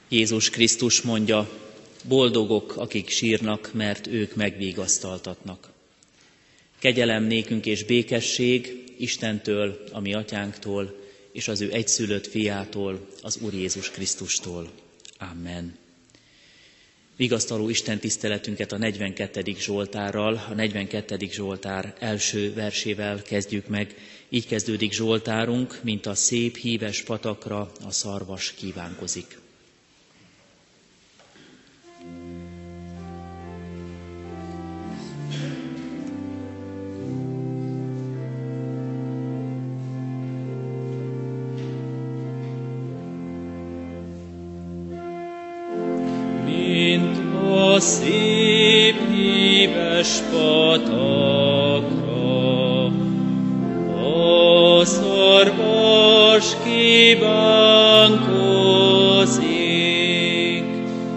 Jézus Krisztus mondja, boldogok, akik sírnak, mert ők megvigasztaltatnak. Kegyelem nékünk és békesség Istentől, a mi atyánktól, és az ő egyszülött fiától, az Úr Jézus Krisztustól. Amen. Vigasztaló Isten tiszteletünket a 42. Zsoltárral, a 42. Zsoltár első versével kezdjük meg. Így kezdődik Zsoltárunk, mint a szép híves patakra a szarvas kívánkozik. A szép híves patakra a szarvas kívánkozik.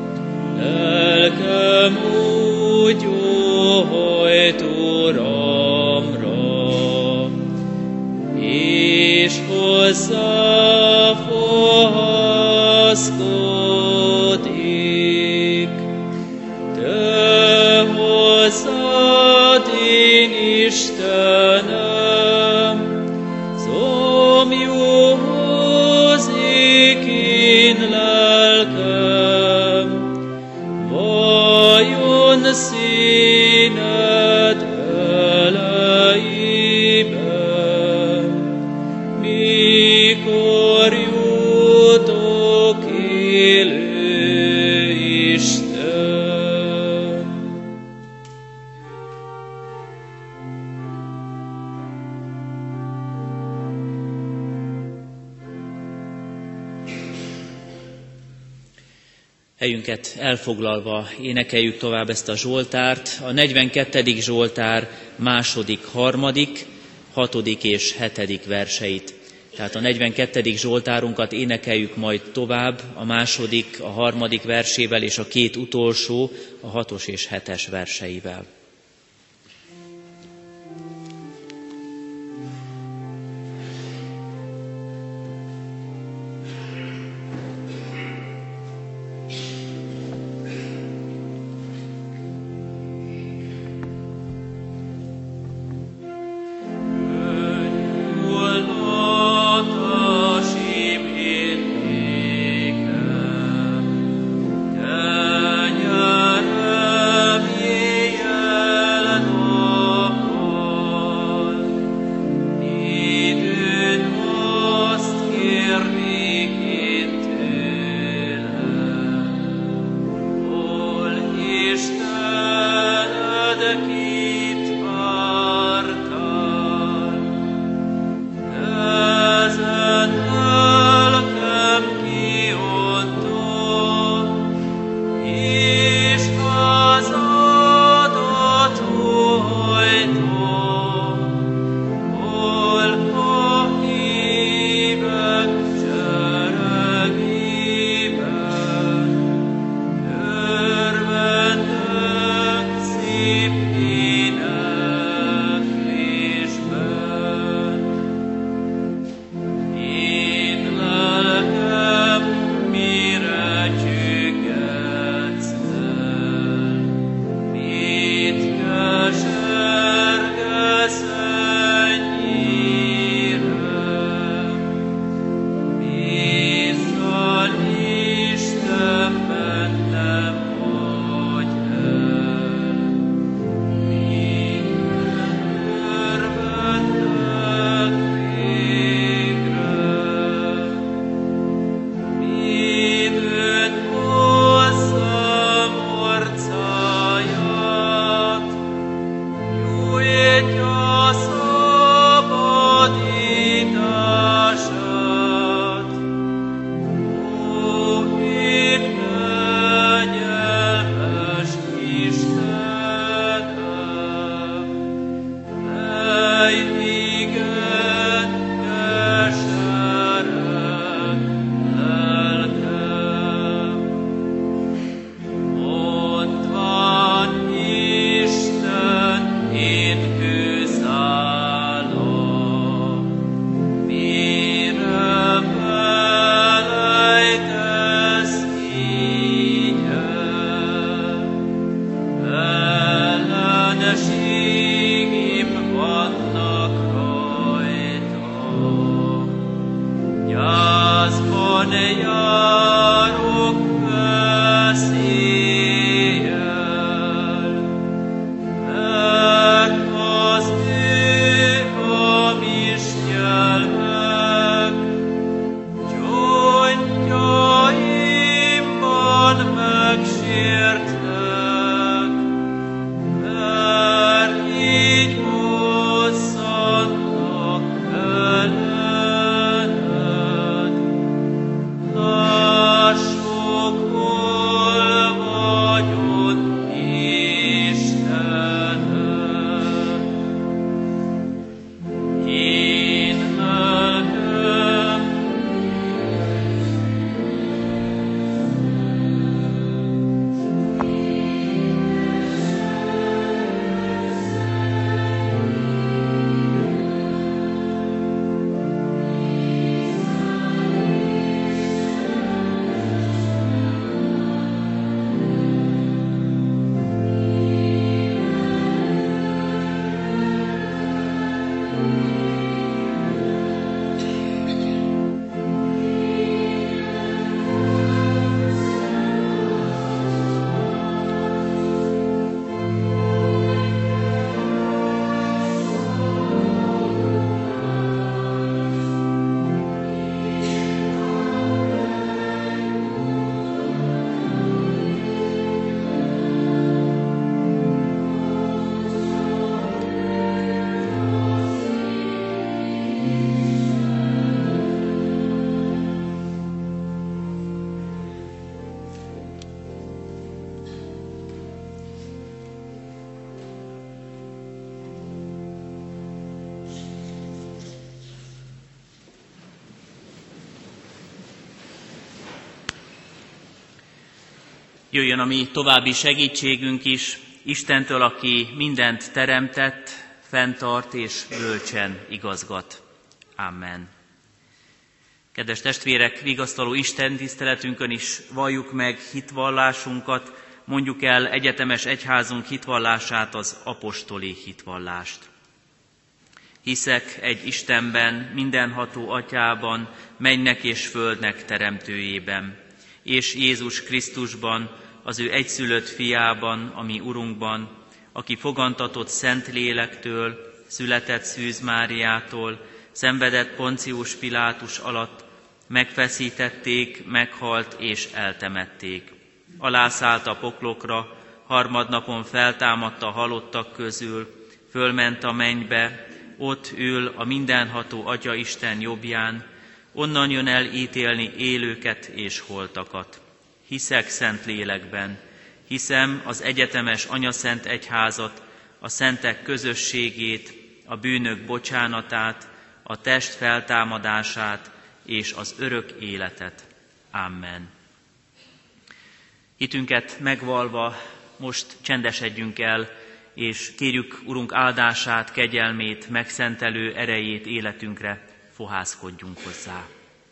Lelkem úgy óhajt Uramra, és hozzá fohászkodik. Hozzád én, Istenem, zomjózik én lelkem, vajon színed elejében, mikor jutok élő Isten. Helyünket elfoglalva énekeljük tovább ezt a Zsoltárt, a 42. Zsoltár második, harmadik, 6. és 7. verseit. Tehát a 42. Zsoltárunkat énekeljük majd tovább a második, a harmadik versével és a két utolsó, a 6. és 7. verseivel. Kenyerem, éjjel Jöjjön a mi további segítségünk is Istentől, aki mindent teremtett, fenntart és bölcsen igazgat. Amen. Kedves testvérek, vigasztaló Isten tiszteletünkön is valljuk meg hitvallásunkat, mondjuk el egyetemes egyházunk hitvallását, az apostoli hitvallást. Hiszek egy Istenben, mindenható Atyában, mennynek és földnek teremtőjében, és Jézus Krisztusban, az ő egyszülött fiában, a mi Urunkban, aki fogantatott Szent Lélektől, született Szűz Máriától, szenvedett Poncius Pilátus alatt, megfeszítették, meghalt és eltemették. Alászállt a poklokra, harmadnapon feltámadt a halottak közül, fölment a mennybe, ott ül a mindenható Atya Isten jobbján, onnan jön el ítélni élőket és holtakat. Hiszek Szent Lélekben, hiszem az egyetemes Anyaszent Egyházat, a szentek közösségét, a bűnök bocsánatát, a test feltámadását és az örök életet. Amen. Hitünket megvalva most csendesedjünk el, és kérjük Urunk áldását, kegyelmét, megszentelő erejét életünkre, fohászkodjunk hozzá.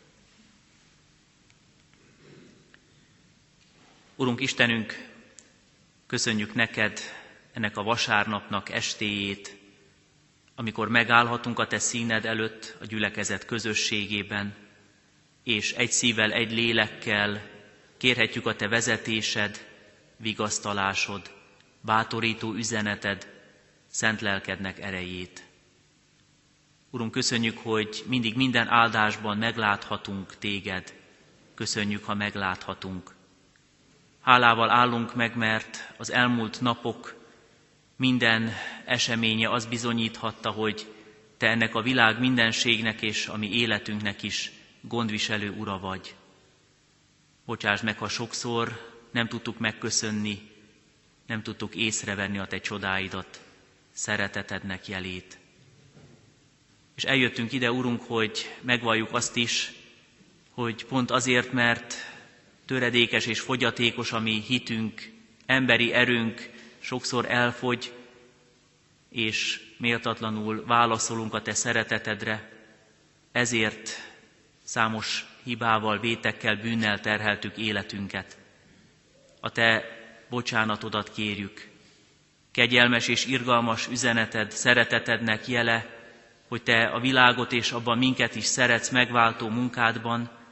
Urunk Istenünk, köszönjük neked ennek a vasárnapnak estéjét, amikor megállhatunk a te színed előtt a gyülekezet közösségében, és egy szívvel, egy lélekkel kérhetjük a te vezetésed, vigasztalásod, bátorító üzeneted, szent lelkednek erejét. Urunk, köszönjük, hogy mindig minden áldásban megláthatunk téged. Köszönjük, ha megláthatunk. Hálával állunk meg, mert az elmúlt napok minden eseménye azt bizonyíthatta, hogy te ennek a világ mindenségnek és a mi életünknek is gondviselő ura vagy. Bocsáss meg, ha sokszor nem tudtuk megköszönni, nem tudtuk észrevenni a te csodáidat, szeretetednek jelét. És eljöttünk ide, Urunk, hogy megvalljuk azt is, hogy pont azért, mert töredékes és fogyatékos a mi hitünk, emberi erőnk sokszor elfogy, és méltatlanul válaszolunk a te szeretetedre, ezért számos hibával, vétekkel, bűnnel terheltük életünket. A te bocsánatodat kérjük. Kegyelmes és irgalmas üzeneted, szeretetednek jele, hogy te a világot és abban minket is szeretsz megváltó munkádban,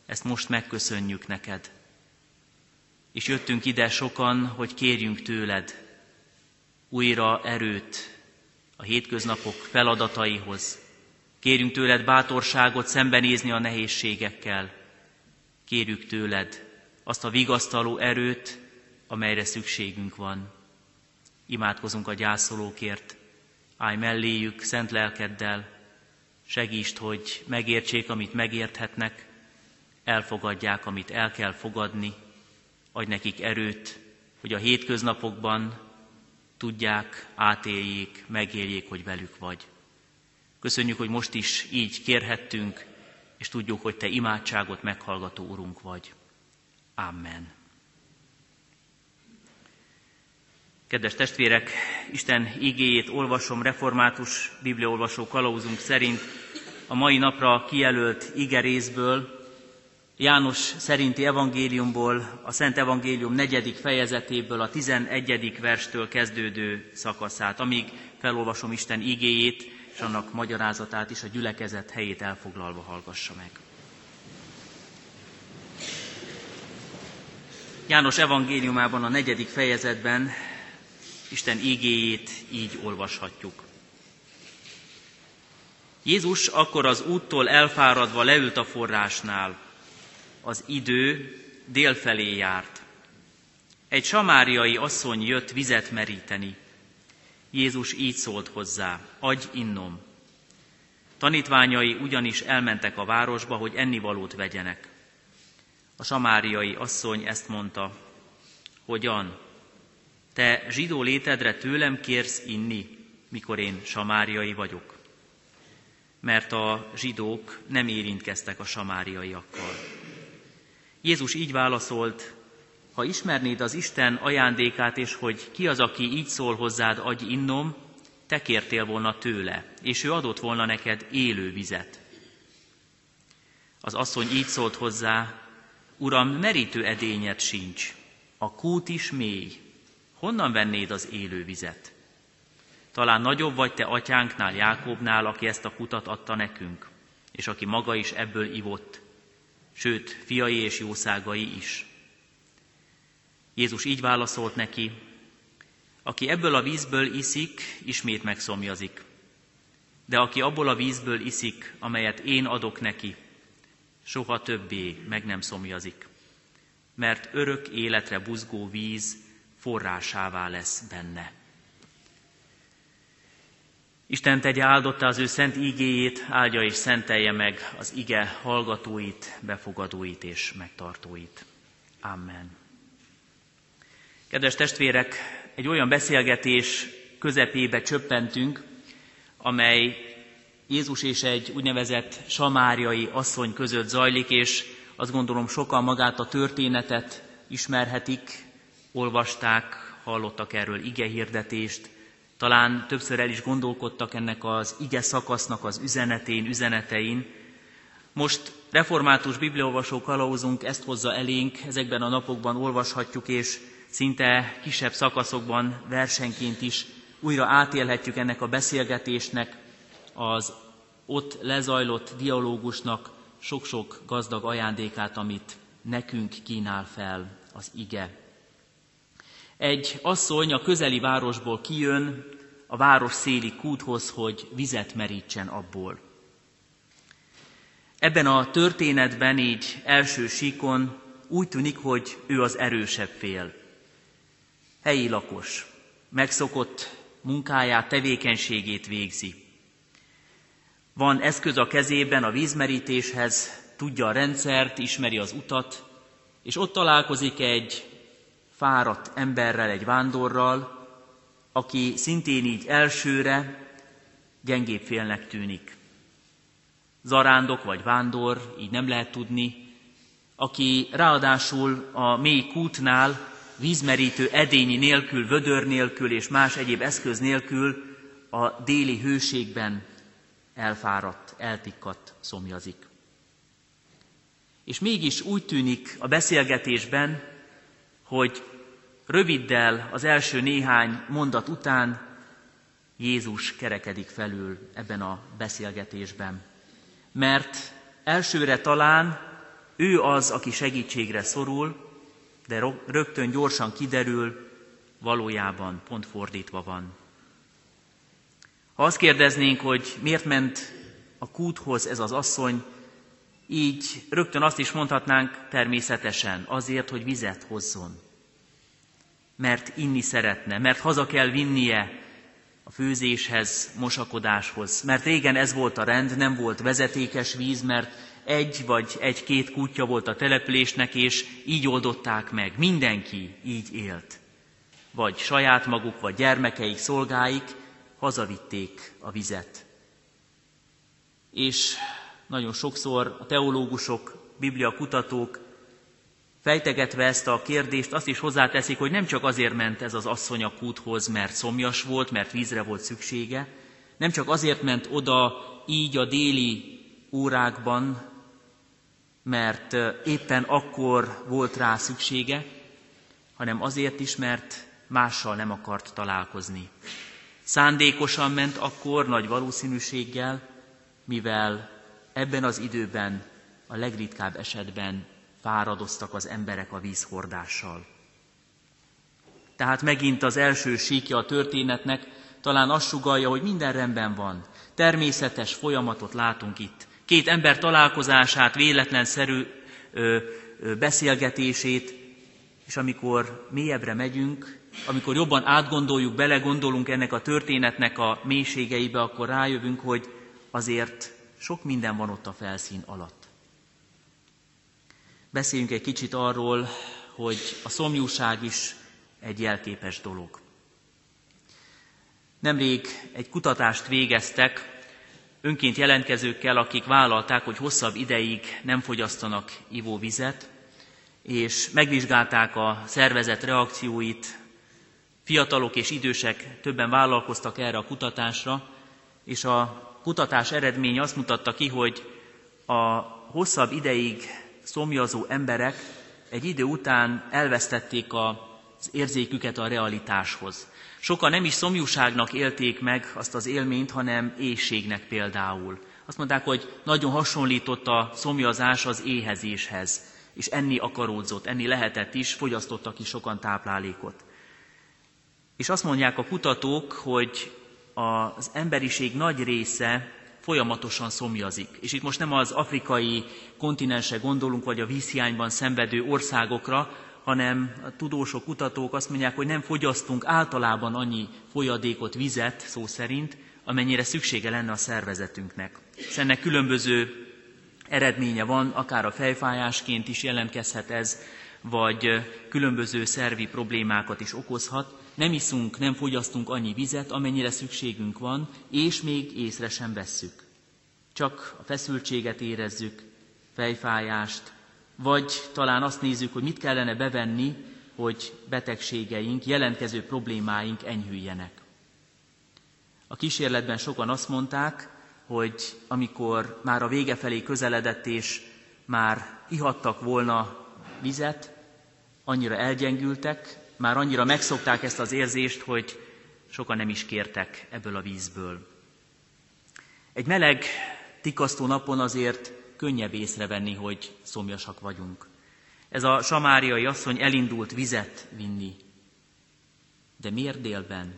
ezt most megköszönjük neked. És jöttünk ide sokan, hogy kérjünk tőled újra erőt a hétköznapok feladataihoz. Kérjünk tőled bátorságot szembenézni a nehézségekkel. Kérjük tőled azt a vigasztaló erőt, amelyre szükségünk van. Imádkozunk a gyászolókért, állj melléjük szent lelkeddel, segítsd, hogy megértsék, amit megérthetnek, elfogadják, amit el kell fogadni, adj nekik erőt, hogy a hétköznapokban tudják, átéljék, megéljék, hogy velük vagy. Köszönjük, hogy most is így kérhettünk, és tudjuk, hogy te imádságot meghallgató Urunk vagy. Amen. Kedves testvérek, Isten igéjét olvasom református bibliaolvasó kalauzunk szerint a mai napra kijelölt igerészből, János szerinti evangéliumból, a Szent Evangélium 4. fejezetéből, a 11. verstől kezdődő szakaszát, amíg felolvasom Isten igéjét, és annak magyarázatát is a gyülekezet helyét elfoglalva hallgassa meg. János evangéliumában a 4. fejezetben Isten igéjét így olvashatjuk. Jézus akkor az úttól elfáradva leült a forrásnál. Az idő délfelé járt. Egy samáriai asszony jött vizet meríteni. Jézus így szólt hozzá, adj innom. Tanítványai ugyanis elmentek a városba, hogy ennivalót vegyenek. A samáriai asszony ezt mondta, hogyan? Te zsidó létedre tőlem kérsz inni, mikor én samáriai vagyok? Mert a zsidók nem érintkeztek a samáriaiakkal. Jézus így válaszolt, ha ismernéd az Isten ajándékát, és hogy ki az, aki így szól hozzád, adj innom, te kértél volna tőle, és ő adott volna neked élő vizet. Az asszony így szólt hozzá, Uram, merítő edényed sincs, a kút is mély, honnan vennéd az élő vizet? Talán nagyobb vagy te atyánknál, Jákobnál, aki ezt a kutat adta nekünk, és aki maga is ebből ivott, sőt, fiai és jószágai is. Jézus így válaszolt neki, aki ebből a vízből iszik, ismét megszomjazik. De aki abból a vízből iszik, amelyet én adok neki, soha többé meg nem szomjazik, mert örök életre buzgó víz forrásává lesz benne. Isten tegye áldotta az ő szent ígéjét, áldja és szentelje meg az ige hallgatóit, befogadóit és megtartóit. Amen. Kedves testvérek, egy olyan beszélgetés közepébe csöppentünk, amely Jézus és egy úgynevezett samáriai asszony között zajlik, és azt gondolom sokan magát a történetet ismerhetik, olvasták, hallottak erről igehirdetést, talán többször el is gondolkodtak ennek az ige szakasznak az üzenetein. Most református bibliaolvasó kalauzunk ezt hozza elénk, ezekben a napokban olvashatjuk, és szinte kisebb szakaszokban versenként is újra átélhetjük ennek a beszélgetésnek, az ott lezajlott dialógusnak sok-sok gazdag ajándékát, amit nekünk kínál fel az ige. Egy asszony a közeli városból kijön a város széli kúthoz, hogy vizet merítsen abból. Ebben a történetben így első síkon úgy tűnik, hogy ő az erősebb fél. Helyi lakos, megszokott munkáját, tevékenységét végzi. Van eszköz a kezében a vízmerítéshez, tudja a rendszert, ismeri az utat, és ott találkozik egy fáradt emberrel, egy vándorral, aki szintén így elsőre gyengébb félnek tűnik. Zarándok vagy vándor, így nem lehet tudni, aki ráadásul a mély kútnál vízmerítő edény nélkül, vödör nélkül és más egyéb eszköz nélkül a déli hőségben elfáradt, eltikkadt, szomjazik. És mégis úgy tűnik a beszélgetésben, hogy röviddel az első néhány mondat után Jézus kerekedik felül ebben a beszélgetésben. Mert elsőre talán ő az, aki segítségre szorul, de rögtön gyorsan kiderül, valójában pont fordítva van. Ha azt kérdeznénk, hogy miért ment a kúthoz ez az asszony, így rögtön azt is mondhatnánk természetesen, azért, hogy vizet hozzon. Mert inni szeretne, mert haza kell vinnie a főzéshez, mosakodáshoz. Mert régen ez volt a rend, nem volt vezetékes víz, mert egy vagy egy-két kútja volt a településnek, és így oldották meg. Mindenki így élt. Vagy saját maguk, vagy gyermekeik, szolgáik hazavitték a vizet. És nagyon sokszor a teológusok, bibliakutatók fejtegetve ezt a kérdést azt is hozzáteszik, hogy nem csak azért ment ez az asszony a kúthoz, mert szomjas volt, mert vízre volt szüksége, nem csak azért ment oda így a déli órákban, mert éppen akkor volt rá szüksége, hanem azért is, mert mással nem akart találkozni. Szándékosan ment akkor nagy valószínűséggel, mivel ebben az időben a legritkább esetben fáradoztak az emberek a vízhordással. Tehát megint az első síkja a történetnek talán azt sugallja, hogy minden rendben van. Természetes folyamatot látunk itt. Két ember találkozását, véletlenszerű beszélgetését, és amikor mélyebbre megyünk, amikor jobban átgondoljuk, belegondolunk ennek a történetnek a mélységeibe, akkor rájövünk, hogy azért sok minden van ott a felszín alatt. Beszéljünk egy kicsit arról, hogy a szomjúság is egy jelképes dolog. Nemrég egy kutatást végeztek önként jelentkezőkkel, akik vállalták, hogy hosszabb ideig nem fogyasztanak ivóvizet, és megvizsgálták a szervezet reakcióit. Fiatalok és idősek többen vállalkoztak erre a kutatásra, és a kutatás eredménye azt mutatta ki, hogy a hosszabb ideig szomjazó emberek egy idő után elvesztették az érzéküket a realitáshoz. Sokan nem is szomjúságnak élték meg azt az élményt, hanem éhségnek például. Azt mondták, hogy nagyon hasonlított a szomjazás az éhezéshez, és enni akaródzott, enni lehetett is, fogyasztottak is sokan táplálékot. És azt mondják a kutatók, hogy az emberiség nagy része folyamatosan szomjazik. És itt most nem az afrikai kontinensre gondolunk, vagy a vízhiányban szenvedő országokra, hanem a tudósok, kutatók azt mondják, hogy nem fogyasztunk általában annyi folyadékot, vizet, szó szerint, amennyire szüksége lenne a szervezetünknek. És ennek különböző eredménye van, akár a fejfájásként is jelentkezhet ez, vagy különböző szervi problémákat is okozhat. Nem iszunk, nem fogyasztunk annyi vizet, amennyire szükségünk van, és még észre sem vesszük. Csak a feszültséget érezzük, fejfájást, vagy talán azt nézzük, hogy mit kellene bevenni, hogy betegségeink, jelentkező problémáink enyhüljenek. A kísérletben sokan azt mondták, hogy amikor már a vége felé közeledett, és már ihattak volna vizet, annyira elgyengültek, már annyira megszokták ezt az érzést, hogy sokan nem is kértek ebből a vízből. Egy meleg, tikasztó napon azért könnyebb észrevenni, hogy szomjasak vagyunk. Ez a samáriai asszony elindult vizet vinni. De miért délben?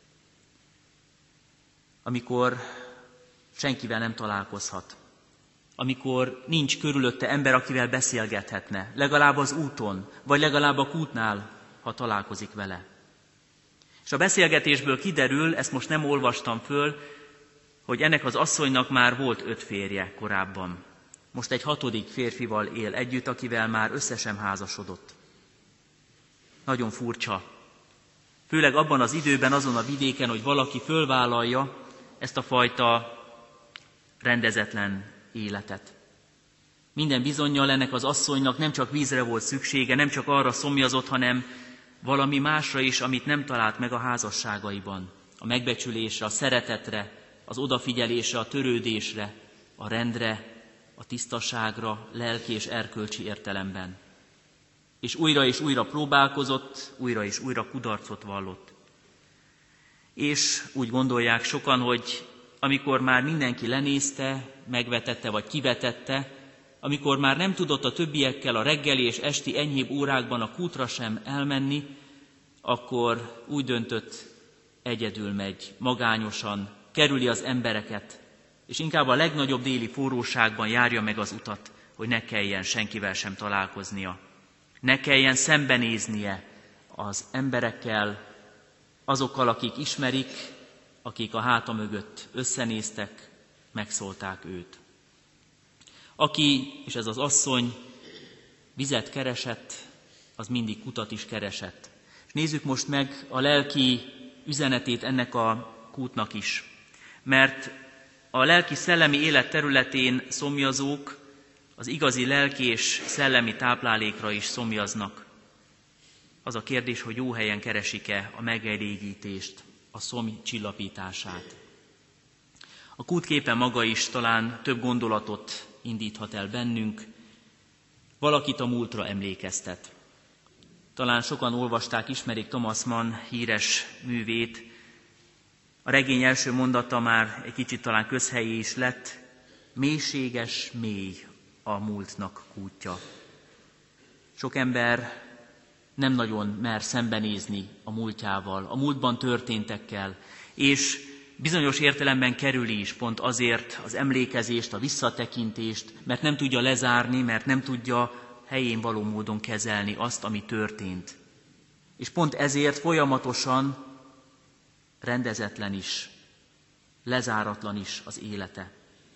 Amikor senkivel nem találkozhat. Amikor nincs körülötte ember, akivel beszélgethetne. Legalább az úton, vagy legalább a kútnál, ha találkozik vele. És a beszélgetésből kiderül, ezt most nem olvastam föl, hogy ennek az asszonynak már volt 5 férje korábban. Most egy 6. férfival él együtt, akivel már össze sem házasodott. Nagyon furcsa. Főleg abban az időben, azon a vidéken, hogy valaki fölvállalja ezt a fajta rendezetlen életet. Minden bizonnyal ennek az asszonynak nem csak vízre volt szüksége, nem csak arra szomjazott, hanem valami másra is, amit nem talált meg a házasságaiban. A megbecsülésre, a szeretetre, az odafigyelésre, a törődésre, a rendre, a tisztaságra, lelki és erkölcsi értelemben. És újra próbálkozott, újra és újra kudarcot vallott. És úgy gondolják sokan, hogy amikor már mindenki lenézte, megvetette vagy kivetette, amikor már nem tudott a többiekkel a reggeli és esti enyhébb órákban a kútra sem elmenni, akkor úgy döntött, egyedül megy, magányosan, kerüli az embereket, és inkább a legnagyobb déli forróságban járja meg az utat, hogy ne kelljen senkivel sem találkoznia. Ne kelljen szembenéznie az emberekkel, azokkal, akik ismerik, akik a háta mögött összenéztek, megszólták őt. Aki, és ez az asszony, vizet keresett, az mindig kutat is keresett. És nézzük most meg a lelki üzenetét ennek a kútnak is. Mert a lelki-szellemi élet területén szomjazók az igazi lelki és szellemi táplálékra is szomjaznak. Az a kérdés, hogy jó helyen keresik-e a megelégítést, a szomj csillapítását. A kútképe maga is talán több gondolatot indíthat el bennünk, valakit a múltra emlékeztet. Talán sokan olvasták, ismerik Thomas Mann híres művét. A regény első mondata már egy kicsit talán közhelyi is lett, mélységes mély a múltnak kútja. Sok ember nem nagyon mer szembenézni a múltjával, a múltban történtekkel, és bizonyos értelemben kerüli is pont azért az emlékezést, a visszatekintést, mert nem tudja lezárni, mert nem tudja helyén való módon kezelni azt, ami történt. És pont ezért folyamatosan rendezetlen is, lezáratlan is az élete.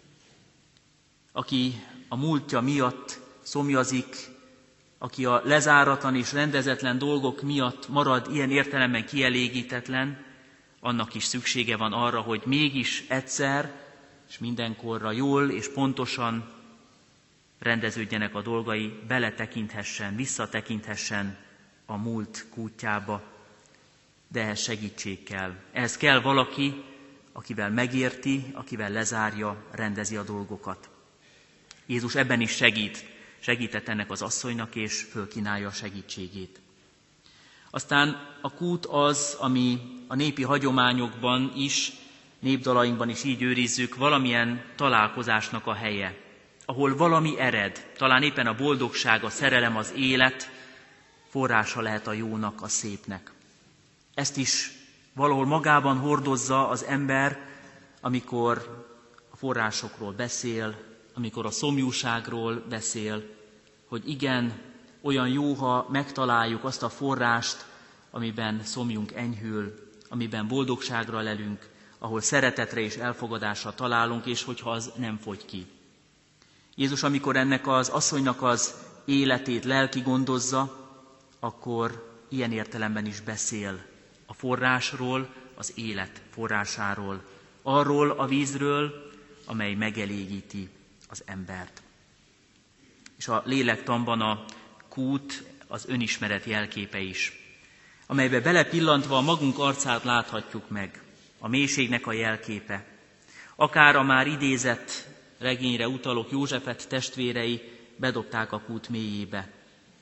Aki a múltja miatt szomjazik, aki a lezáratlan és rendezetlen dolgok miatt marad ilyen értelemben kielégítetlen, annak is szüksége van arra, hogy mégis egyszer és mindenkorra jól és pontosan rendeződjenek a dolgai, beletekinthessen, visszatekinthessen a múlt kútjába, de ehhez segítség kell. Ehhez kell valaki, akivel megérti, akivel lezárja, rendezi a dolgokat. Jézus ebben is segített ennek az asszonynak, és fölkínálja a segítségét. Aztán a kút az, ami a népi hagyományokban is, népdalainkban is így őrizzük, valamilyen találkozásnak a helye, ahol valami ered, talán éppen a boldogság, a szerelem, az élet forrása lehet a jónak, a szépnek. Ezt is valahol magában hordozza az ember, amikor a forrásokról beszél, amikor a szomjúságról beszél, hogy igen, olyan jó, ha megtaláljuk azt a forrást, amiben szomjunk enyhül, amiben boldogságra lelünk, ahol szeretetre és elfogadásra találunk, és hogyha az nem fogy ki. Jézus, amikor ennek az asszonynak az életét lelki gondozza, akkor ilyen értelemben is beszél a forrásról, az élet forrásáról, arról a vízről, amely megelégíti az embert. És a lélektanban a kút az önismeret jelképe is, amelybe belepillantva a magunk arcát láthatjuk meg, a mélységnek a jelképe. Akár a már idézett regényre utalok, Józsefet testvérei bedobták a kút mélyébe.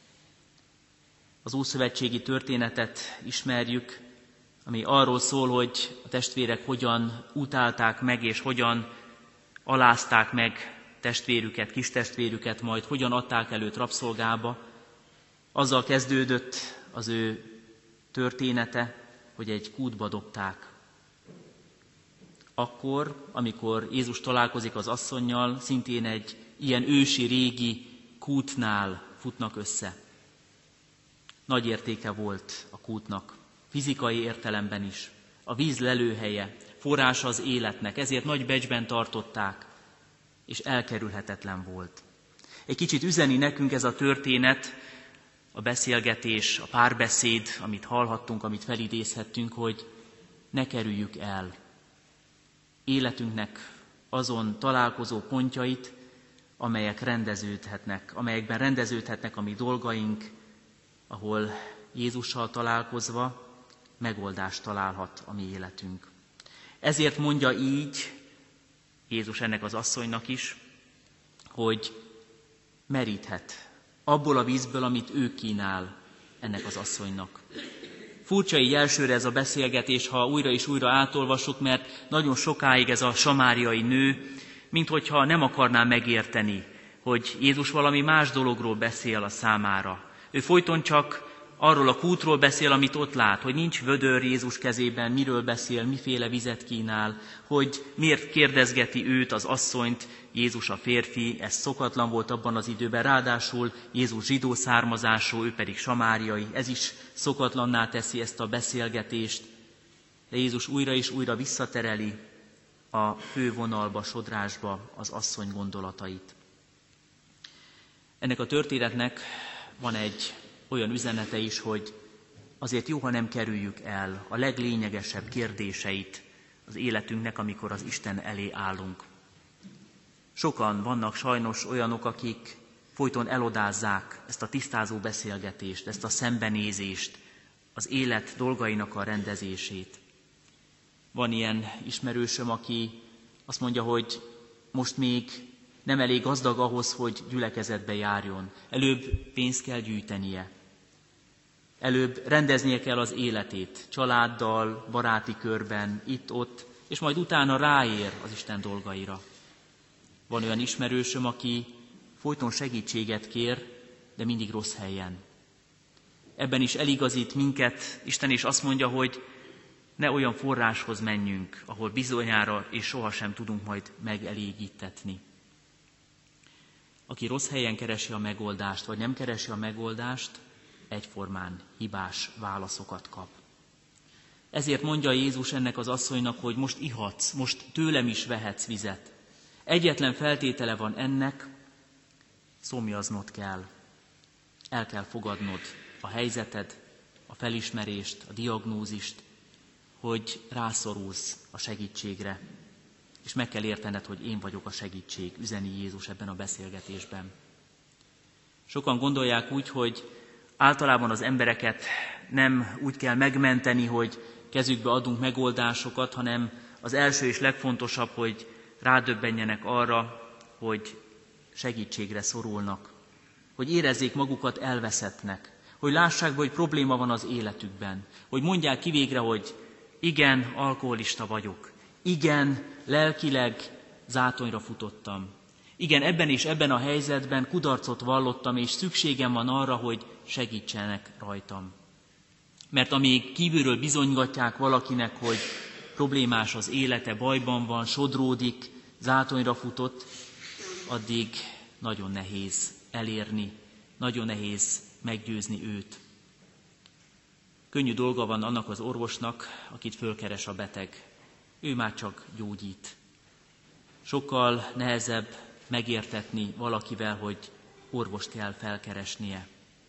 Az ószövetségi történetet ismerjük, ami arról szól, hogy a testvérek hogyan utálták meg, és hogyan alázták meg testvérüket, kistestvérüket, majd hogyan adták előtt rabszolgába. Azzal kezdődött az ő története, hogy egy kútba dobták. Akkor, amikor Jézus találkozik az asszonnyal, szintén egy ilyen ősi, régi kútnál futnak össze. Nagy értéke volt a kútnak, fizikai értelemben is. A víz lelőhelye, forrása az életnek, ezért nagy becsben tartották, és elkerülhetetlen volt. Egy kicsit üzeni nekünk ez a történet, a beszélgetés, a párbeszéd, amit hallhattunk, amit felidézhettünk, hogy ne kerüljük el életünknek azon találkozó pontjait, amelyekben rendeződhetnek a mi dolgaink, ahol Jézussal találkozva megoldást találhat a mi életünk. Ezért mondja így Jézus ennek az asszonynak is, hogy meríthet abból a vízből, amit ő kínál ennek az asszonynak. Furcsa így elsőre ez a beszélgetés, ha újra és újra átolvassuk, mert nagyon sokáig ez a samáriai nő, minthogyha nem akarná megérteni, hogy Jézus valami más dologról beszél a számára. Ő folyton csak arról a kútról beszél, amit ott lát, hogy nincs vödör Jézus kezében, miről beszél, miféle vizet kínál, hogy miért kérdezgeti őt, az asszonyt, Jézus a férfi, ez szokatlan volt abban az időben, ráadásul Jézus zsidó származású, ő pedig samáriai, ez is szokatlanná teszi ezt a beszélgetést, de Jézus újra és újra visszatereli a fővonalba, sodrásba az asszony gondolatait. Ennek a történetnek van egy olyan üzenete is, hogy azért jó, ha nem kerüljük el a leglényegesebb kérdéseit az életünknek, amikor az Isten elé állunk. Sokan vannak sajnos olyanok, akik folyton elodázzák ezt a tisztázó beszélgetést, ezt a szembenézést, az élet dolgainak a rendezését. Van ilyen ismerősöm, aki azt mondja, hogy most még nem elég gazdag ahhoz, hogy gyülekezetbe járjon. Előbb pénzt kell gyűjtenie. Előbb rendeznie kell az életét, családdal, baráti körben, itt-ott, és majd utána ráér az Isten dolgaira. Van olyan ismerősöm, aki folyton segítséget kér, de mindig rossz helyen. Ebben is eligazít minket Isten, és azt mondja, hogy ne olyan forráshoz menjünk, ahol bizonyára és sohasem tudunk majd megelégítetni. Aki rossz helyen keresi a megoldást, vagy nem keresi a megoldást, egyformán hibás válaszokat kap. Ezért mondja Jézus ennek az asszonynak, hogy most ihatsz, most tőlem is vehetsz vizet. Egyetlen feltétele van ennek, szomjaznod kell. El kell fogadnod a helyzeted, a felismerést, a diagnózist, hogy rászorulsz a segítségre, és meg kell értened, hogy én vagyok a segítség, üzeni Jézus ebben a beszélgetésben. Sokan gondolják úgy, hogy általában az embereket nem úgy kell megmenteni, hogy kezükbe adunk megoldásokat, hanem az első és legfontosabb, hogy rádöbbenjenek arra, hogy segítségre szorulnak, hogy érezzék magukat elveszettnek, hogy lássák be, hogy probléma van az életükben, hogy mondják ki végre, hogy igen, alkoholista vagyok, igen, lelkileg zátonyra futottam, igen, ebben és ebben a helyzetben kudarcot vallottam, és szükségem van arra, hogy segítsenek rajtam. Mert amíg kívülről bizonygatják valakinek, hogy problémás az élete, bajban van, sodródik, zátonyra futott, addig nagyon nehéz elérni, nagyon nehéz meggyőzni őt. Könnyű dolga van annak az orvosnak, akit fölkeres a beteg. Ő már csak gyógyít. Sokkal nehezebb megértetni valakivel, hogy orvost kell felkeresnie.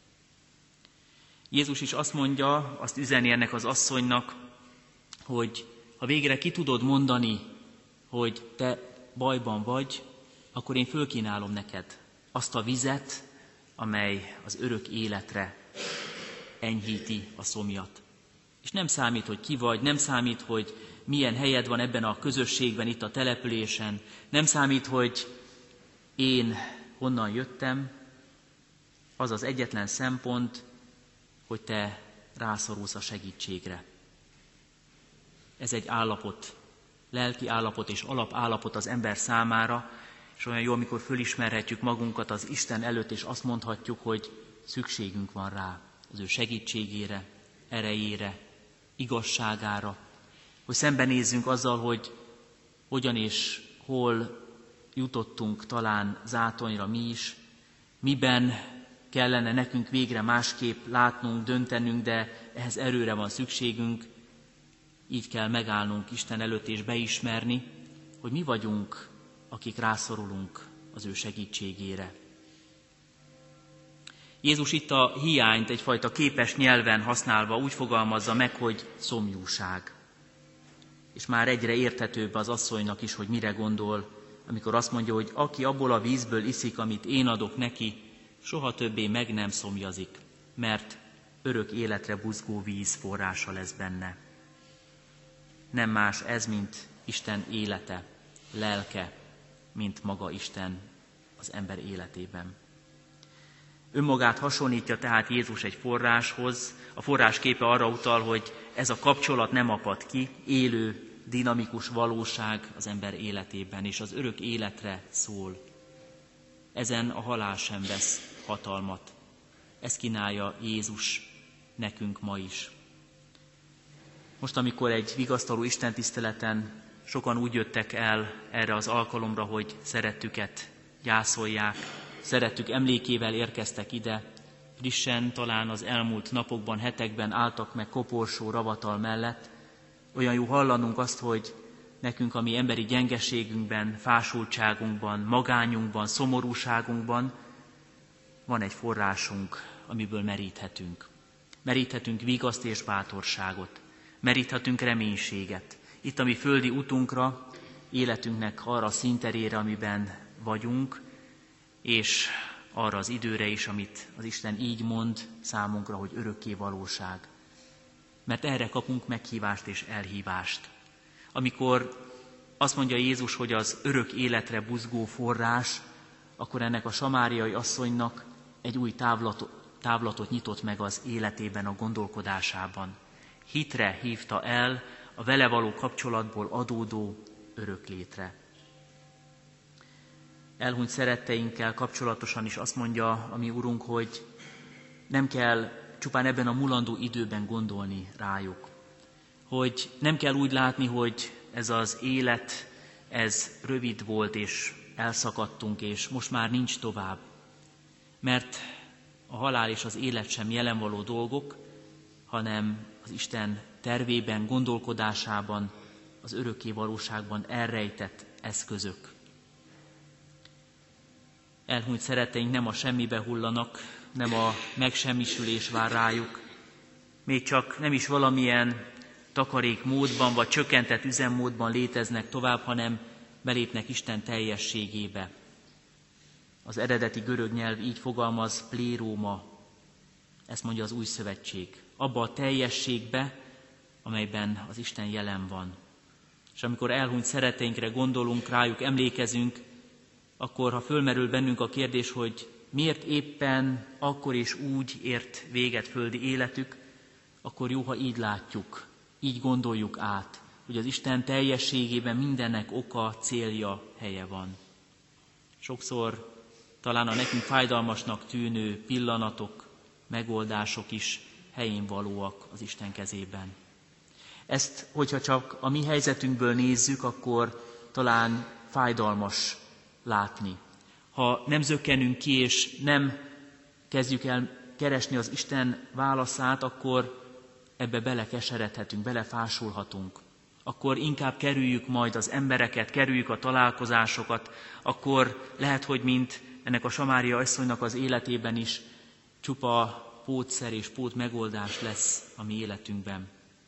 Jézus is azt mondja, azt üzeni ennek az asszonynak, hogy ha végre ki tudod mondani, hogy te bajban vagy, akkor én fölkínálom neked azt a vizet, amely az örök életre enyhíti a szomjat. És nem számít, hogy ki vagy, nem számít, hogy milyen helyed van ebben a közösségben, itt a településen, nem számít, hogy én honnan jöttem, az az egyetlen szempont, hogy te rászorulsz a segítségre. Ez egy állapot, lelki állapot és alapállapot az ember számára, és olyan jó, amikor fölismerhetjük magunkat az Isten előtt, és azt mondhatjuk, hogy szükségünk van rá, az ő segítségére, erejére, igazságára, hogy szembenézzünk azzal, hogy hogyan és hol jutottunk talán zátonyra mi is, miben kellene nekünk végre másképp látnunk, döntenünk, de ehhez erőre van szükségünk. Így kell megállnunk Isten előtt és beismerni, hogy mi vagyunk, akik rászorulunk az ő segítségére. Jézus itt a hiányt egyfajta képes nyelven használva úgy fogalmazza meg, hogy szomjúság. És már egyre érthetőbb az asszonynak is, hogy mire gondol, amikor azt mondja, hogy aki abból a vízből iszik, amit én adok neki, soha többé meg nem szomjazik, mert örök életre buzgó víz forrása lesz benne. Nem más ez, mint Isten élete, lelke, mint maga Isten az ember életében. Önmagát hasonlítja tehát Jézus egy forráshoz, a forrás képe arra utal, hogy ez a kapcsolat nem apad ki, élő, dinamikus valóság az ember életében, és az örök életre szól. ezen a halál sem vesz hatalmat. Ezt kínálja Jézus nekünk ma is. Most, amikor egy vigasztaló istentiszteleten sokan úgy jöttek el erre az alkalomra, hogy szerettüket gyászolják, szerettük emlékével érkeztek ide, frissen, talán az elmúlt napokban, hetekben álltak meg koporsó ravatal mellett, olyan jó hallanunk azt, hogy nekünk a mi emberi gyengeségünkben, fásultságunkban, magányunkban, szomorúságunkban van egy forrásunk, amiből meríthetünk. Meríthetünk vigaszt és bátorságot, meríthetünk reménységet. Itt a mi földi utunkra, életünknek arra a színterére, amiben vagyunk, és arra az időre is, amit az Isten így mond számunkra, hogy örökké valóság. Mert erre kapunk meghívást és elhívást. Amikor azt mondja Jézus, hogy az örök életre buzgó forrás, akkor ennek a samáriai asszonynak egy új távlatot nyitott meg az életében, a gondolkodásában. Hitre hívta el a vele való kapcsolatból adódó örök létre. Elhunyt szeretteinkkel kapcsolatosan is azt mondja a mi Urunk, hogy nem kell csupán ebben a mulandó időben gondolni rájuk. Hogy nem kell úgy látni, hogy ez az élet, ez rövid volt, és elszakadtunk, és most már nincs tovább. Mert a halál és az élet sem jelenvaló dolgok, hanem az Isten tervében, gondolkodásában, az örökké valóságban elrejtett eszközök. Elhunyt szeretteink nem a semmibe hullanak, nem a megsemmisülés vár rájuk, még csak nem is valamilyen takarék módban vagy csökkentett üzemmódban léteznek tovább, hanem belépnek Isten teljességébe. Az eredeti görög nyelv így fogalmaz, pléróma, ezt mondja az Új Szövetség, abba a teljességbe, amelyben az Isten jelen van. És amikor elhunyt szeretteinkre gondolunk, rájuk emlékezünk, akkor ha fölmerül bennünk a kérdés, hogy miért éppen akkor és úgy ért véget földi életük, akkor jó, ha így látjuk, így gondoljuk át, hogy az Isten teljességében mindennek oka, célja, helye van. Sokszor talán a nekünk fájdalmasnak tűnő pillanatok, megoldások is helyén valóak az Isten kezében. Ezt, hogyha csak a mi helyzetünkből nézzük, akkor talán fájdalmas látni. Ha nem zökkenünk ki, és nem kezdjük el keresni az Isten válaszát, akkor ebbe belekeseredhetünk, belefásulhatunk. Akkor inkább kerüljük majd az embereket, kerüljük a találkozásokat, akkor lehet, hogy mint ennek a Samária asszonynak az életében is csupa pótszer és pót megoldás lesz a mi életünkben.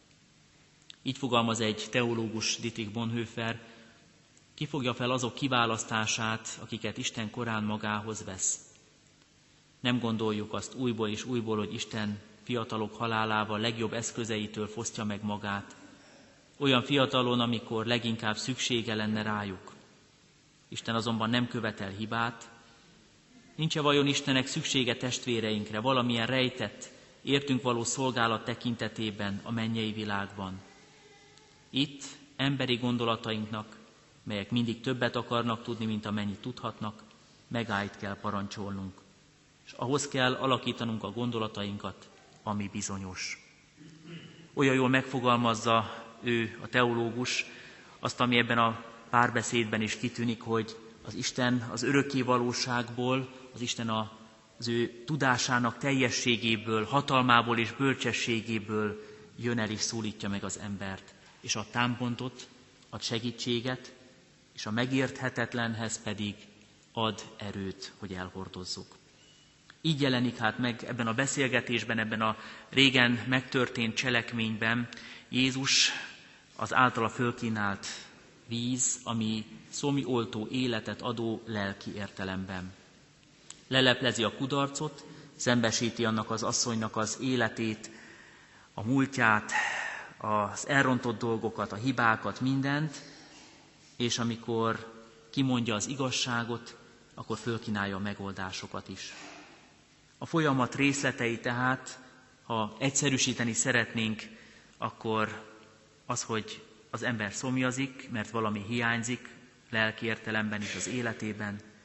Így fogalmaz egy teológus, Dietrich Bonhoeffer, ki fogja fel azok kiválasztását, akiket Isten korán magához vesz. Nem gondoljuk azt újból és újból, hogy Isten fiatalok halálával legjobb eszközeitől fosztja meg magát. Olyan fiatalon, amikor leginkább szüksége lenne rájuk. Isten azonban nem követel hibát. Nincs-e vajon Istennek szüksége testvéreinkre, valamilyen rejtett, értünk való szolgálat tekintetében a mennyei világban? Itt emberi gondolatainknak, melyek mindig többet akarnak tudni, mint amennyit tudhatnak, megállt kell parancsolnunk. És ahhoz kell alakítanunk a gondolatainkat, ami bizonyos. Olyan jól megfogalmazza ő, a teológus, azt, ami ebben a párbeszédben is kitűnik, hogy az Isten az örökké valóságból, az Isten az ő tudásának teljességéből, hatalmából és bölcsességéből jön el és szólítja meg az embert, és ad támpontot, ad segítséget, és a megérthetetlenhez pedig ad erőt, hogy elhordozzuk. Így jelenik hát meg ebben a beszélgetésben, ebben a régen megtörtént cselekményben Jézus az általa fölkínált víz, ami szomjoltó életet adó lelki értelemben. Leleplezi a kudarcot, szembesíti annak az asszonynak az életét, a múltját, az elrontott dolgokat, a hibákat, mindent, és amikor kimondja az igazságot, akkor fölkínálja a megoldásokat is. A folyamat részletei tehát, ha egyszerűsíteni szeretnénk, akkor az, hogy az ember szomjazik, mert valami hiányzik lelki értelemben is az életében,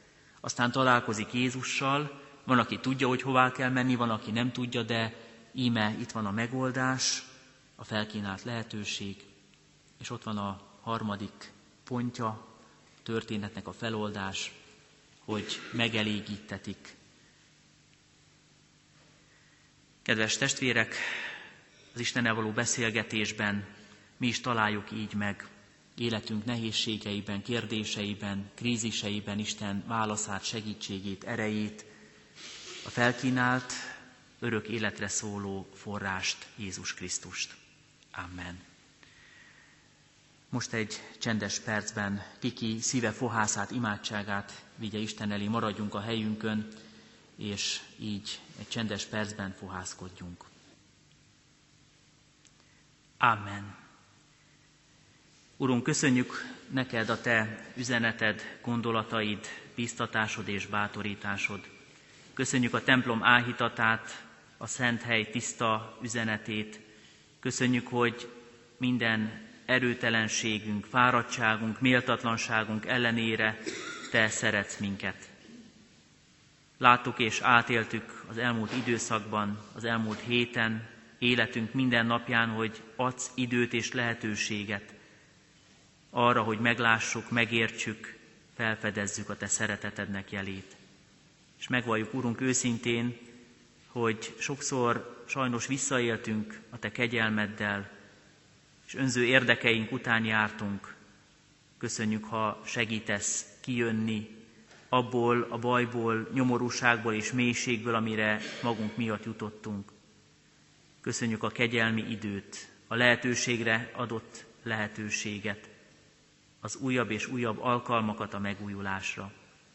Aztán találkozik Jézussal, van, aki tudja, hogy hová kell menni, van, aki nem tudja, de íme itt van a megoldás, a felkínált lehetőség, és ott van a harmadik pontja a történetnek, a feloldás, hogy megelégítetik. Kedves testvérek, az Istennel való beszélgetésben mi is találjuk így meg életünk nehézségeiben, kérdéseiben, kríziseiben Isten válaszát, segítségét, erejét, a felkínált, örök életre szóló forrást, Jézus Krisztust. Amen. Most egy csendes percben kiki szíve fohászát, imádságát vigye Isten elé, maradjunk a helyünkön, és így egy csendes percben fohászkodjunk. Amen. Urunk, köszönjük neked a te üzeneted, gondolataid, bíztatásod és bátorításod. Köszönjük a templom áhítatát, a szent hely tiszta üzenetét. Köszönjük, hogy minden erőtelenségünk, fáradtságunk, méltatlanságunk ellenére te szeretsz minket. Láttuk és átéltük az elmúlt időszakban, az elmúlt héten, életünk minden napján, hogy adsz időt és lehetőséget arra, hogy meglássuk, megértsük, felfedezzük a te szeretetednek jelét. És megvalljuk, Urunk, őszintén, hogy sokszor sajnos visszaéltünk a te kegyelmeddel, és önző érdekeink után jártunk. Köszönjük, ha segítesz kijönni abból a bajból, nyomorúságból és mélységből, amire magunk miatt jutottunk. Köszönjük a kegyelmi időt, a lehetőségre adott lehetőséget, az újabb és újabb alkalmakat a megújulásra.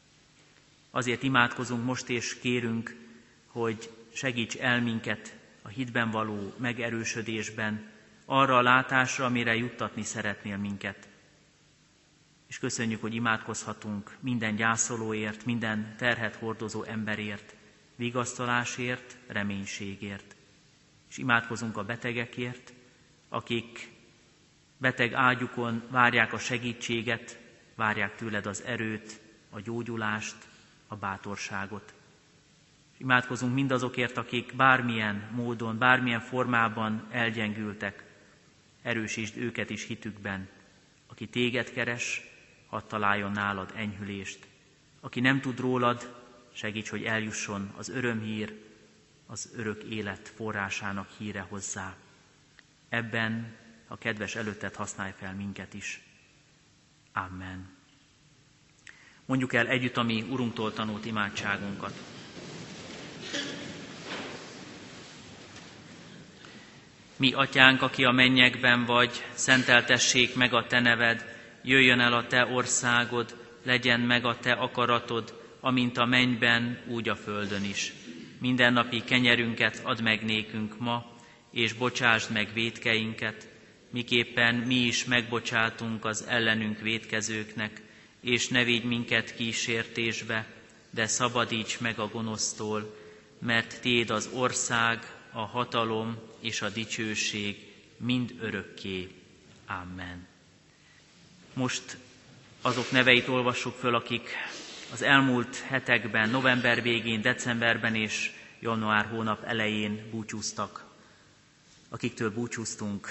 Azért imádkozunk most és kérünk, hogy segíts el minket a hitben való megerősödésben, arra a látásra, amire juttatni szeretnél minket. És köszönjük, hogy imádkozhatunk minden gyászolóért, minden terhet hordozó emberért, vigasztalásért, reménységért. És imádkozunk a betegekért, akik beteg ágyukon várják a segítséget, várják tőled az erőt, a gyógyulást, a bátorságot. Imádkozunk mindazokért, akik bármilyen módon, bármilyen formában elgyengültek. Erősítsd őket is hitükben. Aki téged keres, hadd találjon nálad enyhülést. Aki nem tud rólad, segíts, hogy eljusson az örömhír, az örök élet forrásának híre hozzá. Ebben a kedves előtted használj fel minket is. Amen. Mondjuk el együtt a mi Urunktól tanult imádságunkat. Mi atyánk, aki a mennyekben vagy, szenteltessék meg a te neved, jöjjön el a te országod, legyen meg a te akaratod, amint a mennyben, úgy a földön is. Mindennapi kenyerünket add meg nékünk ma, és bocsásd meg vétkeinket, miképpen mi is megbocsátunk az ellenünk vétkezőknek, és ne vigy minket kísértésbe, de szabadíts meg a gonosztól, mert tiéd az ország, a hatalom és a dicsőség mind örökké. Amen. Most azok neveit olvassuk föl, akik az elmúlt hetekben, november végén, decemberben és január hónap elején búcsúztak, akiktől búcsúztunk.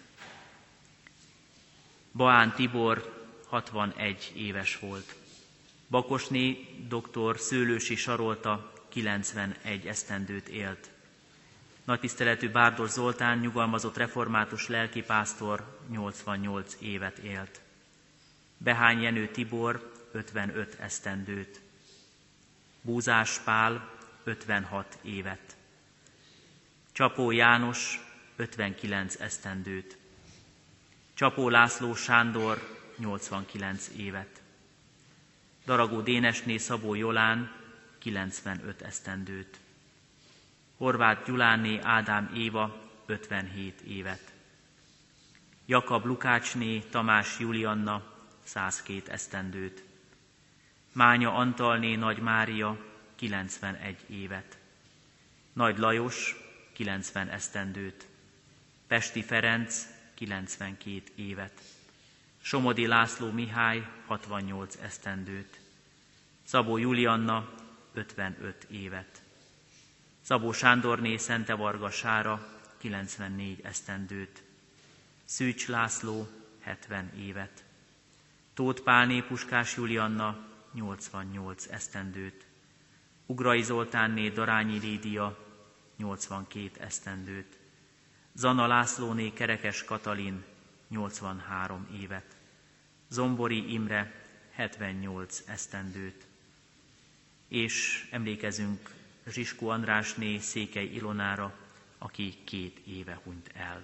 Baán Tibor 61 éves volt. Bakosné dr. Szőlősi Sarolta 91 esztendőt élt. Nagytiszteletű Bárdos Zoltán nyugalmazott református lelkipásztor 88 évet élt. Behány Jenő Tibor 55 esztendőt. Búzás Pál 56 évet. Csapó János 59 esztendőt. Csapó László Sándor 89 évet. Daragó Dénesné Szabó Jolán 95 esztendőt. Horváth Gyuláné Ádám Éva 57 évet. Jakab Lukácsné Tamás Julianna 102 esztendőt. Mánya Antalné Nagy Mária 91 évet. Nagy Lajos 90 esztendőt. Pesti Ferenc 92 évet. Somodi László Mihály 68 esztendőt. Szabó Julianna 55 évet, Szabó Sándorné Szente Varga Sára 94 esztendőt, Szűcs László 70 évet, Tóth Pálné Puskás Julianna 88 esztendőt, Ugrai Zoltánné Darányi Lídia 82 esztendőt, Zana Lászlóné Kerekes Katalin 83 évet, Zombori Imre 78 esztendőt, és emlékezünk Zsiskó Andrásné Székely Ilonára, aki 2 éve hunyt el.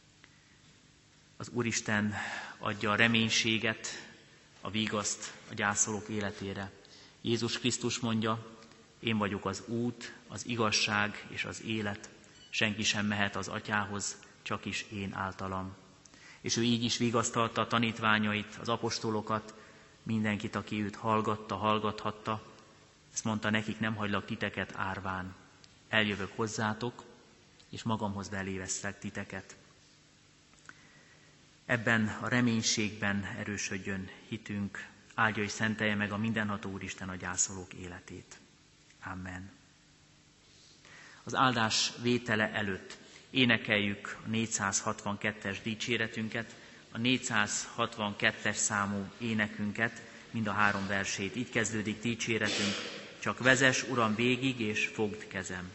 Az Úristen adja a reménységet, a vigaszt a gyászolók életére. Jézus Krisztus mondja, én vagyok az út, az igazság és az élet, senki sem mehet az Atyához, csak is én általam. És ő így is vigasztalta a tanítványait, az apostolokat, mindenkit, aki őt hallgatta, hallgathatta. Ezt mondta nekik, nem hagylak titeket árván. Eljövök hozzátok, és magamhoz beléveszlek titeket. Ebben a reménységben erősödjön hitünk, áldja és szentelje meg a mindenható Úristen a gyászolók életét. Amen. Az áldás vétele előtt énekeljük a 462-es dicséretünket, a 462-es számú énekünket, mind a 3 versét. Így kezdődik dicséretünk, csak vezess, Uram, végig, és fogd kezem.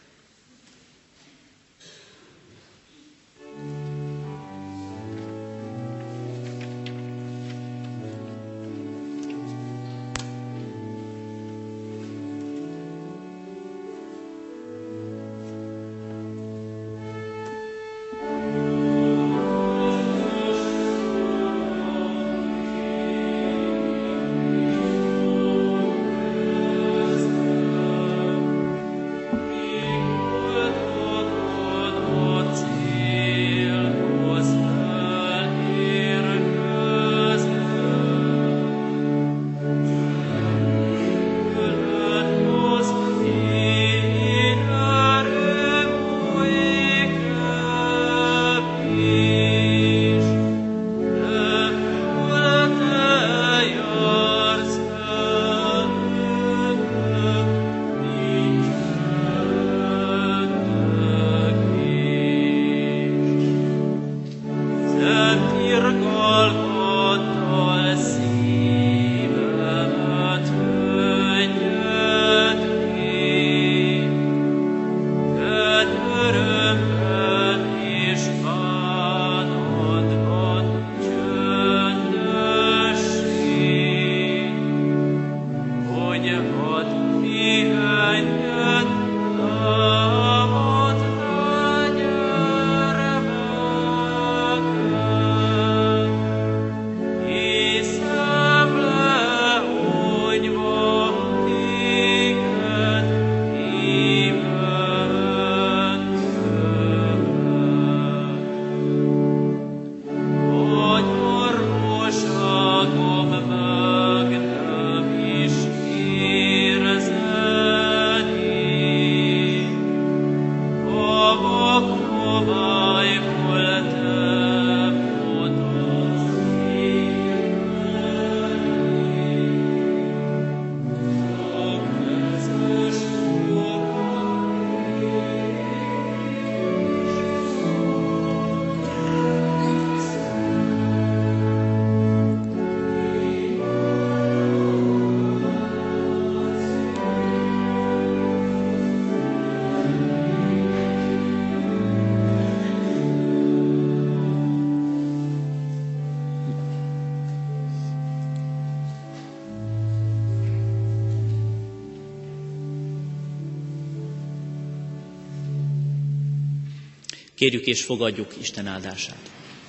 Kérjük és fogadjuk Isten áldását.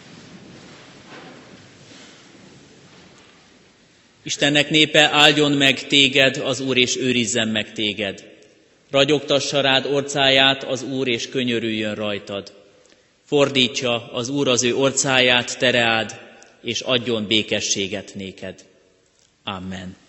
Istennek népe, áldjon meg téged az Úr, és őrizzen meg téged. Ragyogtassa rád orcáját az Úr, és könyörüljön rajtad. Fordítsa az Úr az ő orcáját te reád, és adjon békességet néked. Amen.